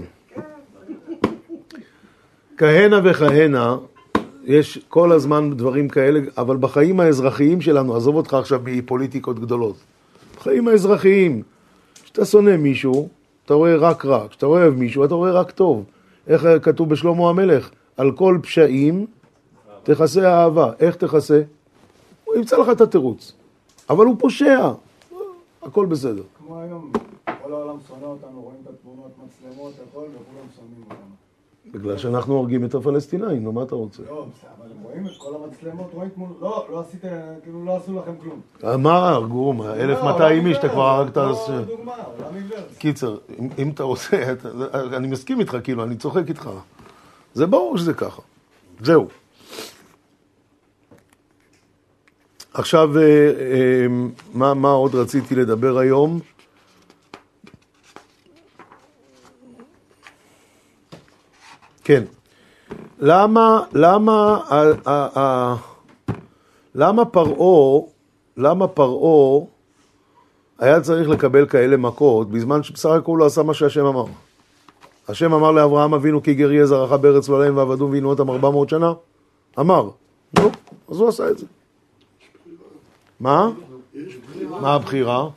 כהנה וכהנה, יש כל הזמן דברים כאלה, אבל בחיים האזרחיים שלנו, עזוב אותך עכשיו מפוליטיקות גדולות, בחיים האזרחיים, שאתה שונא מישהו, אתה רואה רק רע. כשאתה רואה מישהו, אתה רואה רק טוב. איך כתוב בשלמה המלך? על כל פשעים תכסה האהבה. איך תכסה? הוא ימצא לך את התירוץ. אבל הוא פושע. הכל בסדר.
כמו היום, כל העולם שונא אותנו, רואים את התמונות, מצלמות, הכל, וכולם שונאים אותנו.
בגלל שאנחנו הורגים את הפלסטינאים, נו, מה אתה רוצה?
לא, אבל הם רואים את כל המצלמות, רואים תמונות, לא עשיתם, כאילו לא עשו לכם כלום.
מה הרגו? 1,200 איש, אתה כבר הרגת...
לא דוגמה, עולם עיוור.
קיצר, אם אתה רוצה, אני מסכים איתך, כאילו, אני צוחק איתך. זה ברור שזה ככה. זהו. עכשיו, מה עוד רציתי לדבר היום? כן. למה פרעה היה צריך לקבל כאלה מכות בזמן שבסך הכל לא עשה מה שהשם אמר? השם אמר לאברהם אבינו כי גר יהיה זרעך בארץ לא להם ועבדו ועינו אותם 400 שנה? אמר. נו, אז הוא עשה את זה. מה? מה הבחירה?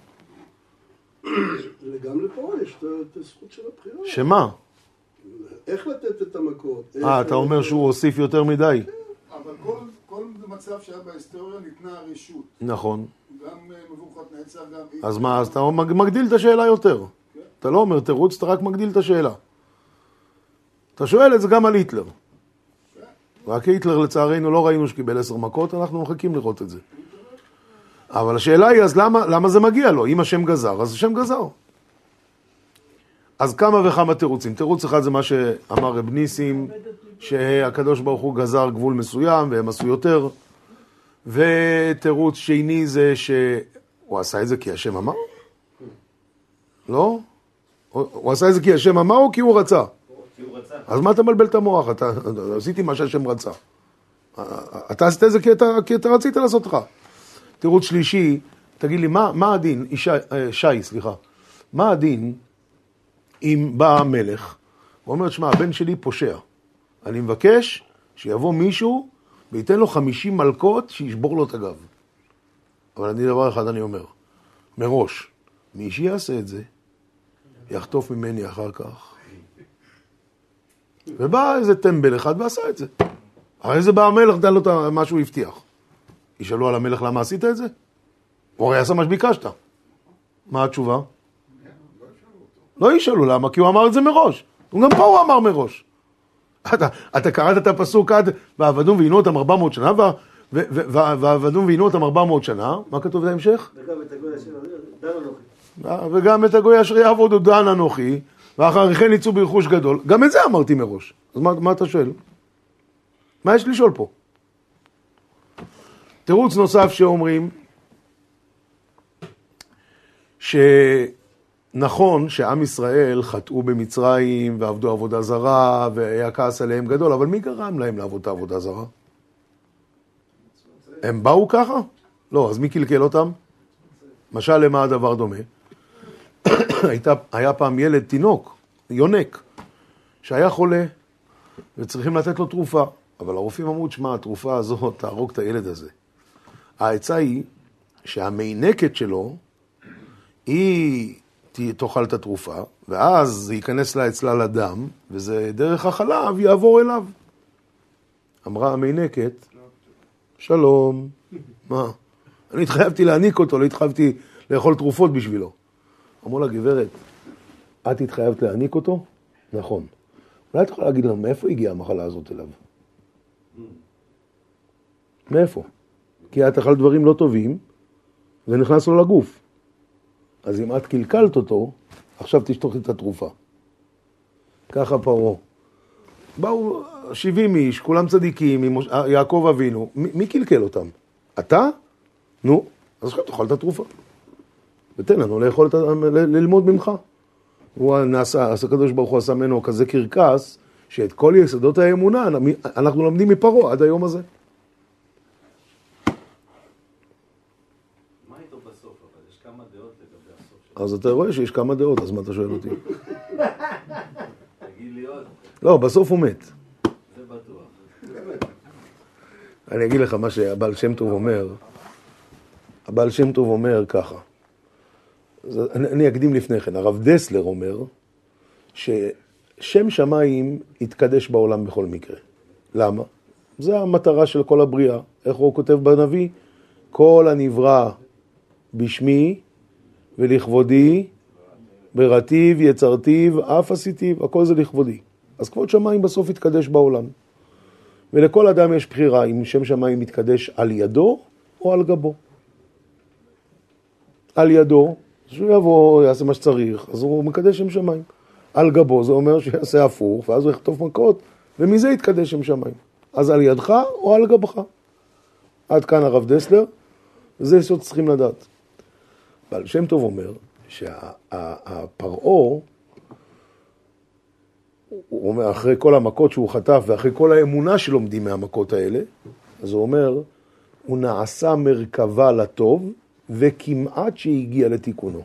גם לפרעה יש את הזכות של הבחירה.
שמה?
איך לתת את המכות?
אתה אומר שהוא הוסיף יותר מדי.
אבל כל מצב שהיה בהיסטוריה ניתנה הרשות.
נכון.
גם נבוכדנצר, גם...
אז מה, אז אתה מגדיל את השאלה יותר. אתה לא אומר תירוץ, אתה רק מגדיל את השאלה. אתה שואל את זה גם על היטלר. רק היטלר לצערנו לא ראינו שקיבל 10 מכות, אנחנו מחכים לראות את זה. אבל השאלה היא, אז למה זה מגיע לו? אם השם גזר, אז השם גזר. אז כמה וכמה תירוצים. תירוץ אחד זה מה שאמר רב ניסים, שהקדוש ברוך הוא גזר גבול מסוים, והם עשו יותר. ותירוץ שני זה שהוא עשה את זה כי השם אמר? לא? הוא עשה את זה כי השם אמר או כי הוא רצה?
כי הוא רצה.
אז מה אתה מבלבל את המוח? עשיתי מה שהשם רצה. אתה עשית את זה כי אתה רצית לעשות לך. תירוץ שלישי, תגיד לי, מה הדין, שי, סליחה, מה הדין אם בא המלך, הוא אומר, שמע, הבן שלי פושע, אני מבקש שיבוא מישהו וייתן לו 50 מלכות שישבור לו את הגב. אבל אני דבר אחד אני אומר, מראש, מי שיעשה את זה, יחטוף ממני אחר כך. ובא איזה טמבל אחד ועשה את זה. הרי זה בא המלך, דן לו מה שהוא הבטיח. ישאלו על המלך למה עשית את זה? הוא הרי עשה מה שביקשת. מה התשובה? לא ישאלו למה, כי הוא אמר את זה מראש. גם פה הוא אמר מראש. אתה קראת את הפסוק עד ועבדו ועינו אותם 400 שנה, ועבדו ועינו אותם 400 שנה, מה כתוב בהמשך? וגם את הגוי אשר יעבודו דן אנוכי, ואחרי כן יצאו ברכוש גדול. גם את זה אמרתי מראש. אז מה אתה שואל? מה יש לשאול פה? תירוץ נוסף שאומרים שנכון שעם ישראל חטאו במצרים ועבדו עבודה זרה והיה כעס עליהם גדול, אבל מי גרם להם לעבוד את העבודה זרה? הם באו ככה? לא, אז מי קלקל אותם? משל למה הדבר דומה? היה פעם ילד תינוק, יונק, שהיה חולה וצריכים לתת לו תרופה, אבל הרופאים אמרו, שמה, התרופה הזאת תהרוג את הילד הזה. העצה היא שהמיינקת שלו, היא תאכל את התרופה, ואז זה ייכנס לה אצלה לדם, וזה דרך החלב יעבור אליו. אמרה המיינקת, שלום, מה? אני התחייבתי להעניק אותו, לא התחייבתי לאכול תרופות בשבילו. אמרו לה, גברת, את התחייבת להעניק אותו? נכון. אולי את יכולה להגיד לנו, מאיפה הגיעה המחלה הזאת אליו? מאיפה? כי את אכל דברים לא טובים, ונכנס לו לגוף. אז אם את קלקלת אותו, עכשיו תשתוך את התרופה. ככה פרעה. באו 70 איש, כולם צדיקים, יעקב אבינו. מי קלקל אותם? אתה? נו, אז עכשיו תאכל את התרופה. ותן לנו ללמוד ממך. הוא נעשה, הקדוש ברוך הוא עשה ממנו כזה קרקס, שאת כל יסודות האמונה אנחנו לומדים מפרעה עד היום הזה.
מה איתו בסוף? אבל יש כמה דעות לגבי הסוף שלו.
אז אתה רואה שיש כמה דעות, אז מה אתה שואל אותי?
תגיד לי עוד.
לא, בסוף הוא מת.
זה בטוח.
אני אגיד לך מה שהבעל שם טוב אומר. הבעל שם טוב אומר ככה. אני אקדים לפני כן. הרב דסלר אומר ששם שמיים יתקדש בעולם בכל מקרה. למה? זה המטרה של כל הבריאה. איך הוא כותב בנביא? כל הנברא בשמי ולכבודי, ברטיב, יצרתיו, אף עשיתיו, הכל זה לכבודי. אז כבוד שמיים בסוף יתקדש בעולם. ולכל אדם יש בחירה אם שם שמיים יתקדש על ידו או על גבו. על ידו, שהוא יבוא, יעשה מה שצריך, אז הוא מקדש שם שמיים. על גבו זה אומר שיעשה הפוך, ואז הוא יכתוב מכות, ומזה יתקדש שם שמיים. אז על ידך או על גבך. עד כאן הרב דסלר, וזה יסוד צריכים לדעת. בעל שם טוב אומר שהפרעה, הוא אומר, אחרי כל המכות שהוא חטף, ואחרי כל האמונה שלומדים מהמכות האלה, אז הוא אומר, הוא נעשה מרכבה לטוב, וכמעט שהגיע לתיקונו.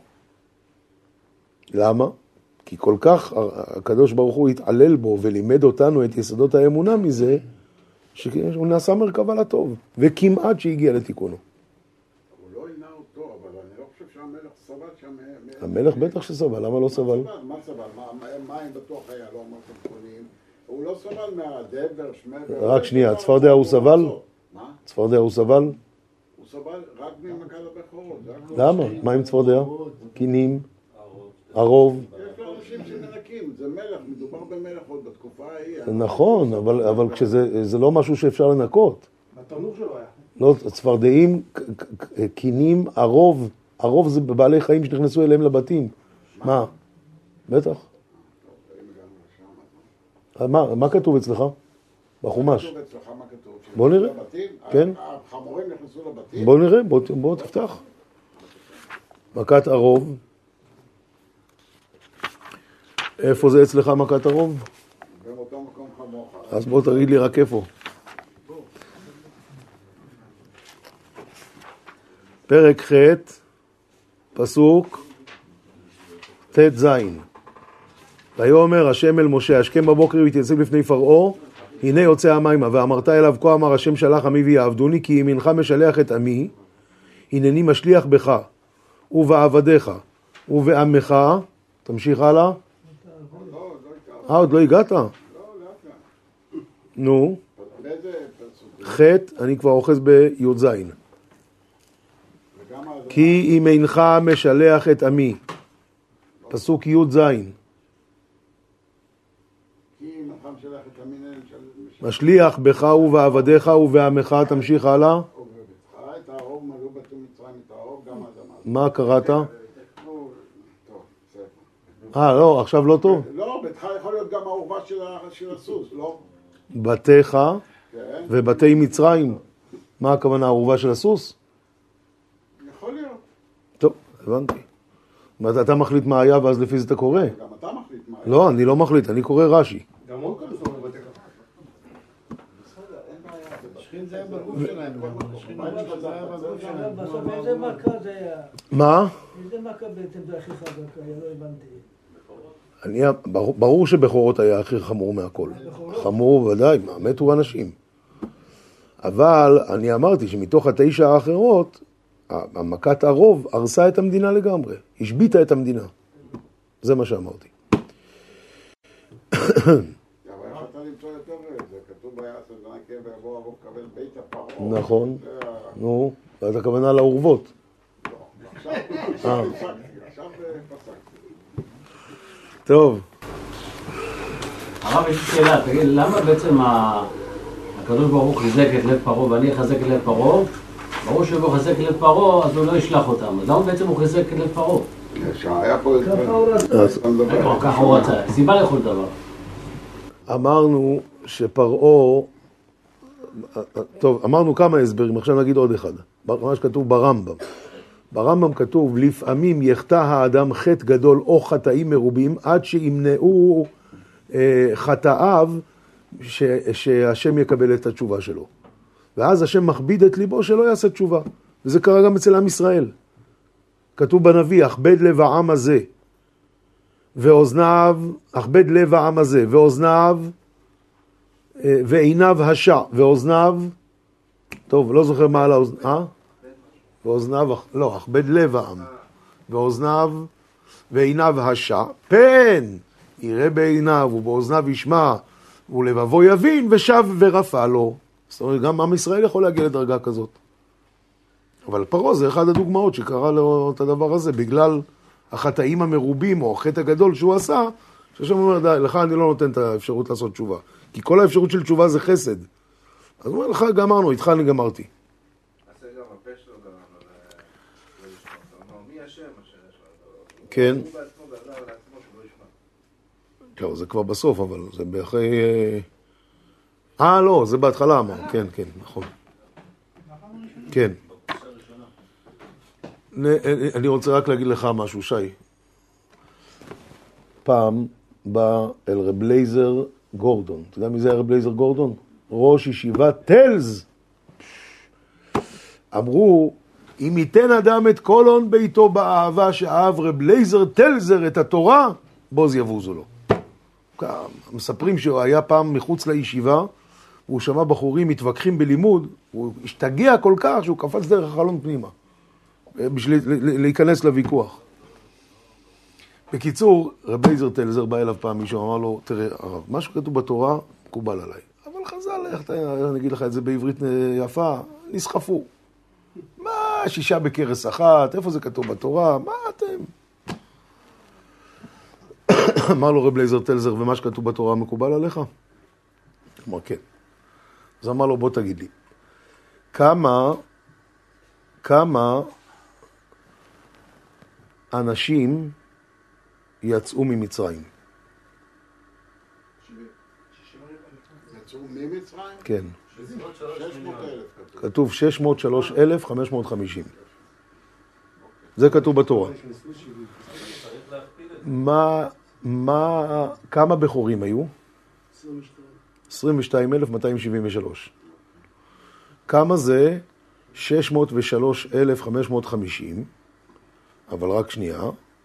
למה? כי כל כך הקדוש ברוך הוא התעלל בו, ולימד אותנו את יסודות האמונה מזה, שהוא נעשה מרכבה לטוב, וכמעט שהגיע לתיקונו.
הוא לא עינה אותו, אבל אני לא חושב שהמלך סבל שם...
המלך בטח שסבל, למה לא סבל?
מה סבל? מים בטוח היה, לא אמרתם קונים. הוא לא סבל מהדבר, שמבר...
רק שנייה, צפרדע הוא סבל?
מה?
צפרדע הוא סבל?
הוא סבל רק ממכת הבכורות.
למה? מה עם צפרדע? קינים? הרוב?
יש לו אנשים שמנקים, זה מלך, מדובר במלך עוד בתקופה ההיא.
נכון, אבל זה לא משהו שאפשר לנקות.
בתנור שלו היה.
לא, צפרדעים, קינים, הרוב זה בעלי חיים שנכנסו אליהם לבתים. מה? בטח. מה כתוב אצלך? בחומש.
כתוב אצלך מה כתוב?
בוא נראה. כן.
החמורים נכנסו לבתים?
בוא נראה, בוא תפתח. מכת הרוב. איפה זה אצלך מכת הרוב?
באותו מקום כמוך.
אז בוא תגיד לי רק איפה. פרק ח' פסוק ט"ז. ויאמר השם אל משה, השכם בבוקר ויתייצב לפני פרעה, הנה יוצא המימה, ואמרת אליו, כה אמר השם שלח עמי ויעבדוני, כי אם אינך משלח את עמי, הנני משליח בך ובעבדיך ובעמך. תמשיך הלאה. עוד לא הגעת? נו. ח' אני כבר אוחז בי"ז. כי אם אינך משלח את עמי. פסוק י"ז. משליח בך ובעבדיך ובעמך. תמשיך הלאה. מה קראת? לא, עכשיו לא טוב.
לא, ביתך יכול להיות גם העורבה של הסוס, לא?
בתיך ובתי מצרים. מה הכוונה, העורבה של הסוס?
יכול להיות.
טוב, הבנתי. אתה מחליט מה היה ואז לפי זה אתה קורא.
גם אתה מחליט מה היה.
לא, אני לא מחליט, אני קורא רש"י.
גם הוא כתוב בבתיך.
השכין זה היה בגוף שלהם. השכין זה היה בגוף שלהם.
בסוף איזה מכה זה היה?
מה?
איזה מכה בעצם זה הכי חזק היה? לא הבנתי.
ברור שבכורות היה הכי חמור מהכל. חמור ודאי, מתו אנשים. אבל אני אמרתי שמתוך 9 האחרות, המכת הרוב הרסה את המדינה לגמרי. השביטה את המדינה. זה מה שאמרתי.
אבל איך אתה למצוא יותר זה? כתוב ביעש הזנקה ויבוא הרוב קבל בית הפרעה.
נכון. נו, ואת הכוונה לעורבות.
עכשיו פסקתי.
טוב.
הרב, יש לי שאלה, תגיד, למה בעצם הקדוש ברוך הוא חיזק את לב פרעה ואני אחזק את לב פרעה? ברור שהוא יחזק את לב פרעה, אז הוא לא ישלח אותם. אז למה בעצם הוא חיזק את לב פרעה?
שהיה פה את
ככה הוא רצה, סיבה לכל דבר.
אמרנו שפרעה, טוב, אמרנו כמה הסברים, עכשיו נגיד עוד אחד. מה שכתוב ברמב"ם. ברמב"ם כתוב, לפעמים יחטא האדם חטא גדול או חטאים מרובים, עד שימנעו חטאיו שהשם יקבל את התשובה שלו. ואז השם מכביד את ליבו שלא יעשה תשובה. וזה קרה גם אצל עם ישראל. כתוב בנביא, אכבד לב העם הזה, ואוזניו, אכבד לב העם הזה, ואוזניו, ועיניו השע, ואוזניו, טוב, לא זוכר מה על האוזניו, ואוזניו, לא, אכבד לב העם, ואוזניו, ועיניו השע, פן יראה בעיניו ובאוזניו ישמע ולבבו יבין ושב ורפא לו. זאת אומרת, גם עם ישראל יכול להגיע לדרגה כזאת. אבל פרעה זה אחד הדוגמאות שקרה לו את הדבר הזה, בגלל החטאים המרובים או החטא הגדול שהוא עשה, שהשם אומר, די, לך אני לא נותן את האפשרות לעשות תשובה. כי כל האפשרות של תשובה זה חסד. אז הוא אומר, לך גמרנו, איתך אני גמרתי.
אז גם הפה שלו גמרנו לשמוע. הוא אומר, מי השם אשר יש לו?
כן.
הוא בעצמו גזר לעצמו שלא ישמע.
לא, זה כבר בסוף, אבל זה באחרי... לא, זה בהתחלה אמר. כן, כן, נכון. כן. אני רוצה רק להגיד לך משהו, שי. פעם בא אל רב לייזר גורדון. אתה יודע מי זה רב לייזר גורדון? ראש ישיבת טלז. אמרו, אם ייתן אדם את כל הון ביתו באהבה שאהב רב לייזר טלזר את התורה, בוז יבוזו לו. מספרים שהוא היה פעם מחוץ לישיבה, והוא שמע בחורים מתווכחים בלימוד, הוא השתגע כל כך שהוא קפץ דרך החלון פנימה, בשביל להיכנס לוויכוח. בקיצור, רב לייזר טלזר בא אליו פעם מישהו, אמר לו, תראה הרב, מה שכתוב בתורה מקובל עליי, אבל חז"ל, אני אגיד לך את זה בעברית יפה, נסחפו. מה, 6 בכרס אחת, איפה זה כתוב בתורה, מה אתם? אמר לו רב לייזר טלזר, ומה שכתוב בתורה מקובל עליך? אמר, כן. אז אמר לו, בוא תגיד לי, כמה אנשים יצאו ממצרים?
יצאו ממצרים?
כן.
600,000
כתוב 603,550. זה כתוב בתורה. כמה בחורים היו? 22,273. כמה זה 603,550? אבל רק שנייה.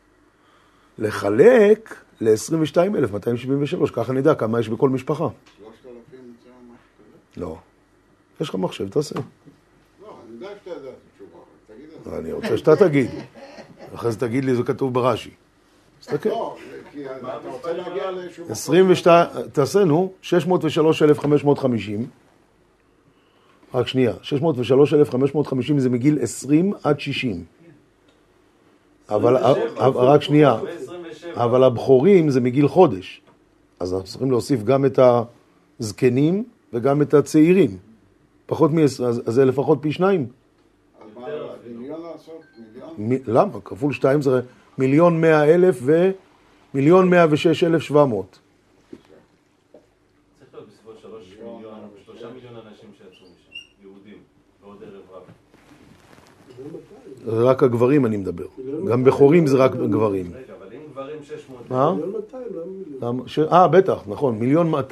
לחלק ל-22,273. ככה נדע כמה יש בכל משפחה.
3,000 זה ממש כזה?
לא. יש לך מחשב, תעשה.
לא, אני יודע שאתה יודע את התשובה. תגיד את זה.
אני רוצה שאתה תגיד. אחרי זה תגיד לי, זה כתוב ברש"י. תסתכל.
לא, כי אתה רוצה להגיע לשום...
22, תעשה, נו, 603,550. רק שנייה, 603,550 זה מגיל 20 עד 60. אבל רק שנייה, אבל הבחורים זה מגיל חודש. אז אנחנו צריכים להוסיף גם את הזקנים וגם את הצעירים. פחות מ-10, אז זה לפחות פי 2.
אז מה, מיליון לעשות? מיליון?
למה? כפול 2 זה 1,100,000 ו1,106,700.
צריך להיות בסביבות 3 מיליון אנשים שיצאו משם, יהודים, ועוד ערב רב.
זה רק הגברים אני מדבר. גם בחורים זה רק גברים.
רגע, אבל אם גברים 600...
מה?
1,200,000, לא מיליון.
בטח, נכון.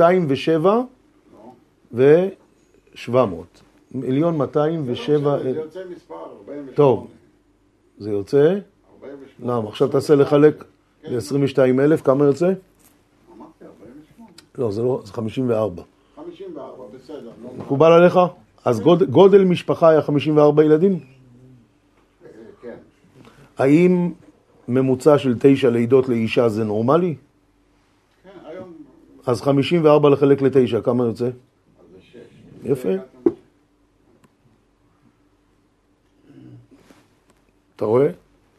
1,207,700. 1,207,000.
זה יוצא מספר 48.
טוב. זה יוצא?
48.
למה? עכשיו תעשה לחלק ל-22,000, כמה יוצא?
אמרתי 48.
לא, זה לא, זה 54.
54, בסדר.
מקובל עליך? אז גודל משפחה היה 54 ילדים?
כן.
האם ממוצע של 9 לידות לאישה זה נורמלי?
כן, היום...
אז 54 לחלק ל9, כמה יוצא?
אז זה 6.
יפה. אתה רואה?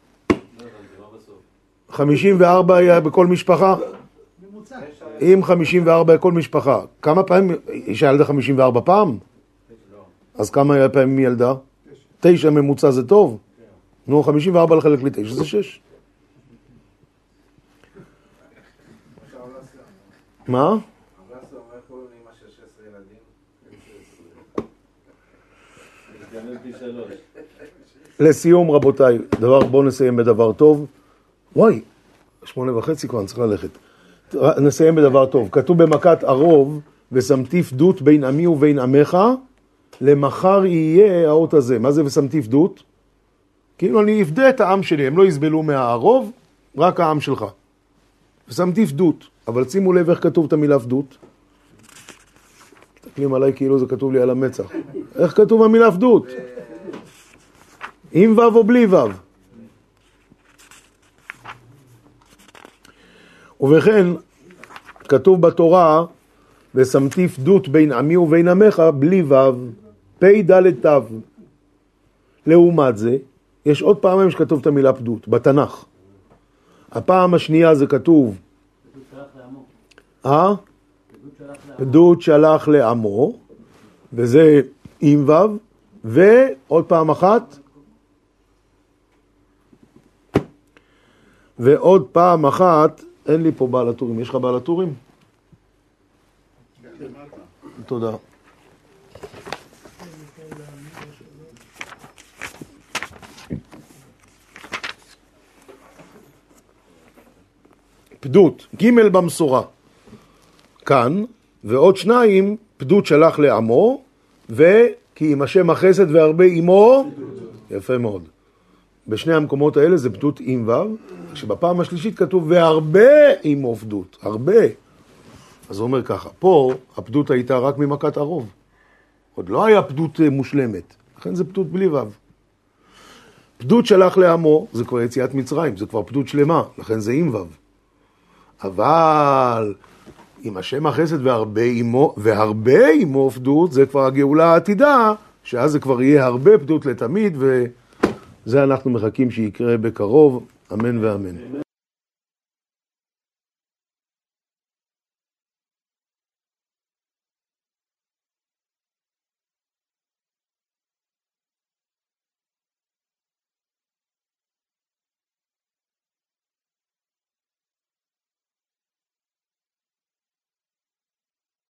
54 היה בכל משפחה? אם 54 בכל משפחה, כמה פעמים? אישה ילדה 54 פעם? אז כמה היה פעמים ילדה? 9 ממוצע זה טוב? נו, 54 לחלק ל9 זה 6. מה?
אברסו אומר קוראים לאמא של 16 ילדים.
לסיום רבותיי, בואו נסיים בדבר טוב. וואי, 8:30 כבר, אני צריך ללכת. נסיים בדבר טוב. כתוב במכת ערוב, ושמתי פדות בין עמי ובין עמך, למחר יהיה האות הזה. מה זה ושמתי פדות? כאילו אני אפדה את העם שלי, הם לא יסבלו מהערוב, רק העם שלך. ושמתי פדות. אבל שימו לב איך כתוב את המילה פדות. תקלים עליי כאילו זה כתוב לי על המצח. איך כתוב המילה פדות? עם וו או בלי וו? ובכן, כתוב בתורה, ושמתי פדות בין עמי ובין עמך בלי ו', פי ד' ת'. לעומת זה, יש עוד פעמיים שכתוב את המילה פדות, בתנ"ך. הפעם השנייה זה כתוב, פדות שלח לעמו, וזה עם ו', ועוד פעם אחת, ועוד פעם אחת, אין לי פה בעל הטורים. יש לך בעל הטורים? תודה. פדות, ג' במסורה. כאן, ועוד שניים, פדות שלח לעמו, וכי עם השם החסד והרבה עמו, יפה מאוד. בשני המקומות האלה זה פדות עם ו', שבפעם השלישית כתוב והרבה עמו פדות, הרבה. אז הוא אומר ככה, פה הפדות הייתה רק ממכת הרוב. עוד לא היה פדות מושלמת, לכן זה פדות בלי ו'. פדות שלח לעמו, זה כבר יציאת מצרים, זה כבר פדות שלמה, לכן זה עם ו'. אבל עם השם החסד והרבה עמו פדות, זה כבר הגאולה העתידה, שאז זה כבר יהיה הרבה פדות לתמיד, וזה אנחנו מחכים שיקרה בקרוב, אמן ואמן.